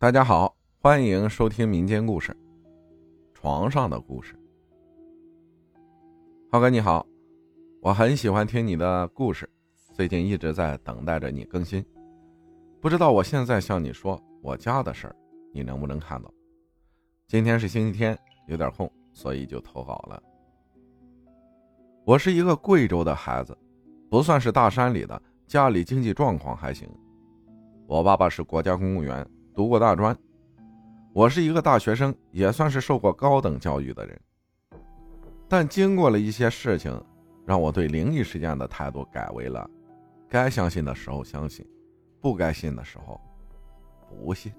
大家好，欢迎收听民间故事床上的故事。浩哥你好，我很喜欢听你的故事，最近一直在等待着你更新。不知道我现在向你说我家的事儿，你能不能看到？今天是星期天，有点空，所以就投稿了。我是一个贵州的孩子，不算是大山里的，家里经济状况还行。我爸爸是国家公务员，读过大专。我是一个大学生，也算是受过高等教育的人。但经过了一些事情，让我对灵异事件的态度改为了该相信的时候相信，不该信的时候不信。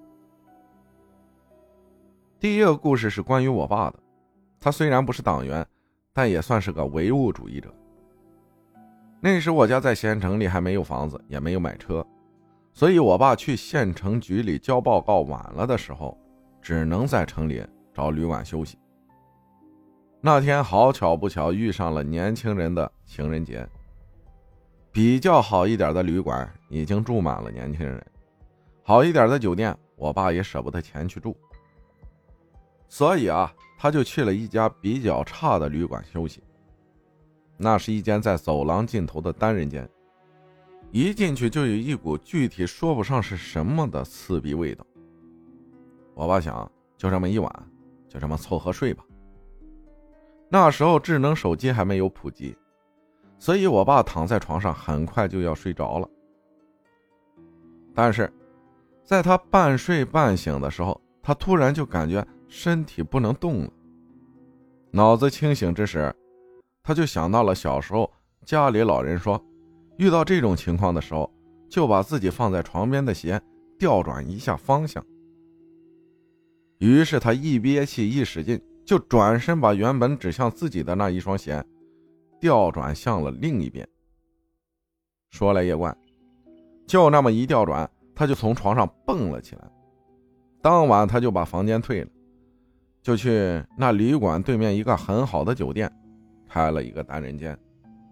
第一个故事是关于我爸的，他虽然不是党员，但也算是个唯物主义者。那时我家在县城里还没有房子，也没有买车，所以我爸去县城局里交报告晚了的时候，只能在城里找旅馆休息。那天好巧不巧遇上了年轻人的情人节，比较好一点的旅馆已经住满了年轻人，好一点的酒店我爸也舍不得钱去住，所以他就去了一家比较差的旅馆休息。那是一间在走廊尽头的单人间，一进去就有一股具体说不上是什么的刺鼻味道。我爸想，就这么一晚，就这么凑合睡吧。那时候智能手机还没有普及，所以我爸躺在床上很快就要睡着了。但是在他半睡半醒的时候，他突然就感觉身体不能动了。脑子清醒之时，他就想到了小时候家里老人说，遇到这种情况的时候，就把自己放在床边的鞋调转一下方向。于是他一憋气一使劲，就转身把原本指向自己的那一双鞋调转向了另一边。说来也怪，就那么一调转，他就从床上蹦了起来。当晚他就把房间退了，就去那旅馆对面一个很好的酒店开了一个单人间。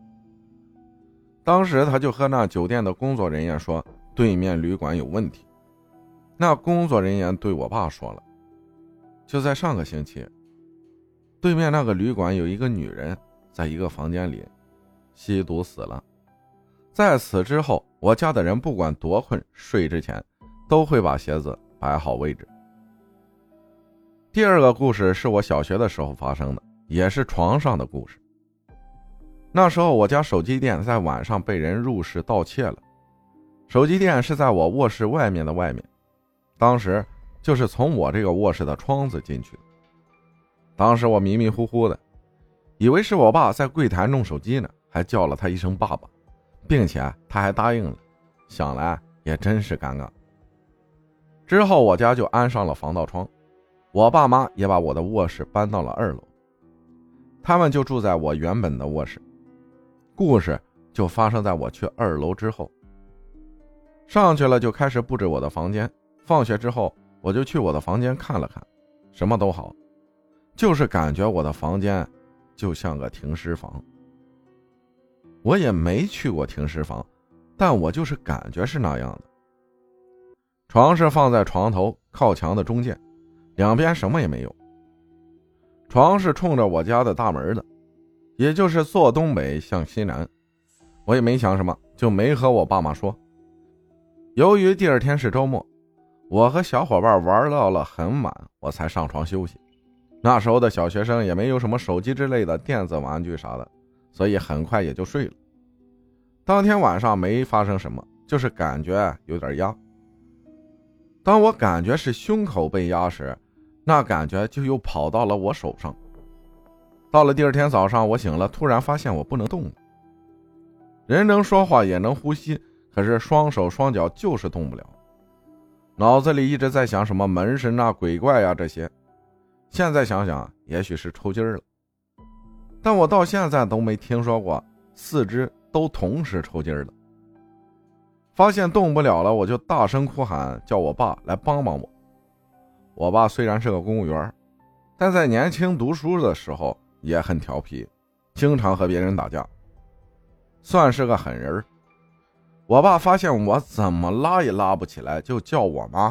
当时他就和那酒店的工作人员说对面旅馆有问题。那工作人员对我爸说了，就在上个星期，对面那个旅馆有一个女人在一个房间里吸毒死了。在此之后，我家的人不管多困，睡之前都会把鞋子摆好位置。第二个故事是我小学的时候发生的，也是床上的故事。那时候我家手机店在晚上被人入室盗窃了，手机店是在我卧室外面的外面，当时就是从我这个卧室的窗子进去的。当时我迷迷糊糊的，以为是我爸在柜台弄手机呢，还叫了他一声爸爸，并且他还答应了，想来也真是尴尬。之后我家就安上了防盗窗，我爸妈也把我的卧室搬到了2楼，他们就住在我原本的卧室。故事就发生在我去2楼之后，上去了就开始布置我的房间。放学之后我就去我的房间看了看，什么都好，就是感觉我的房间就像个停尸房。我也没去过停尸房，但我就是感觉是那样的。床是放在床头靠墙的中间，两边什么也没有。床是冲着我家的大门的，也就是坐东北向西南。我也没想什么，就没和我爸妈说。由于第二天是周末，我和小伙伴玩到了很晚，我才上床休息。那时候的小学生也没有什么手机之类的电子玩具啥的，所以很快也就睡了。当天晚上没发生什么，就是感觉有点压。当我感觉是胸口被压时，那感觉就又跑到了我手上。到了第二天早上，我醒了，突然发现我不能动了。人能说话也能呼吸，可是双手双脚就是动不了。脑子里一直在想什么门神啊、鬼怪啊这些，现在想想也许是抽筋了，但我到现在都没听说过4肢都同时抽筋的。发现动不了了，我就大声哭喊，叫我爸来帮帮我。我爸虽然是个公务员，但在年轻读书的时候也很调皮，经常和别人打架，算是个狠人。我爸发现我怎么拉也拉不起来，就叫我妈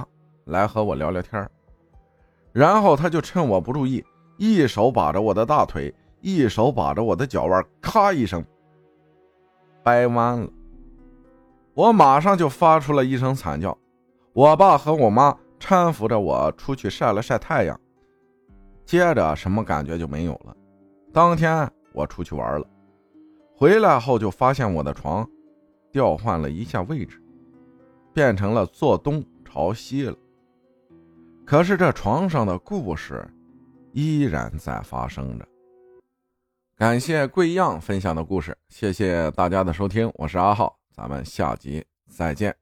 来和我聊聊天。然后他就趁我不注意，一手把着我的大腿，一手把着我的脚腕，咔一声掰弯了。我马上就发出了一声惨叫。我爸和我妈搀扶着我出去晒了晒太阳，接着什么感觉就没有了。当天我出去玩了，回来后就发现我的床调换了一下位置，变成了坐东朝西了。可是这床上的故事依然在发生着。感谢贵样分享的故事，谢谢大家的收听，我是阿浩，咱们下集再见。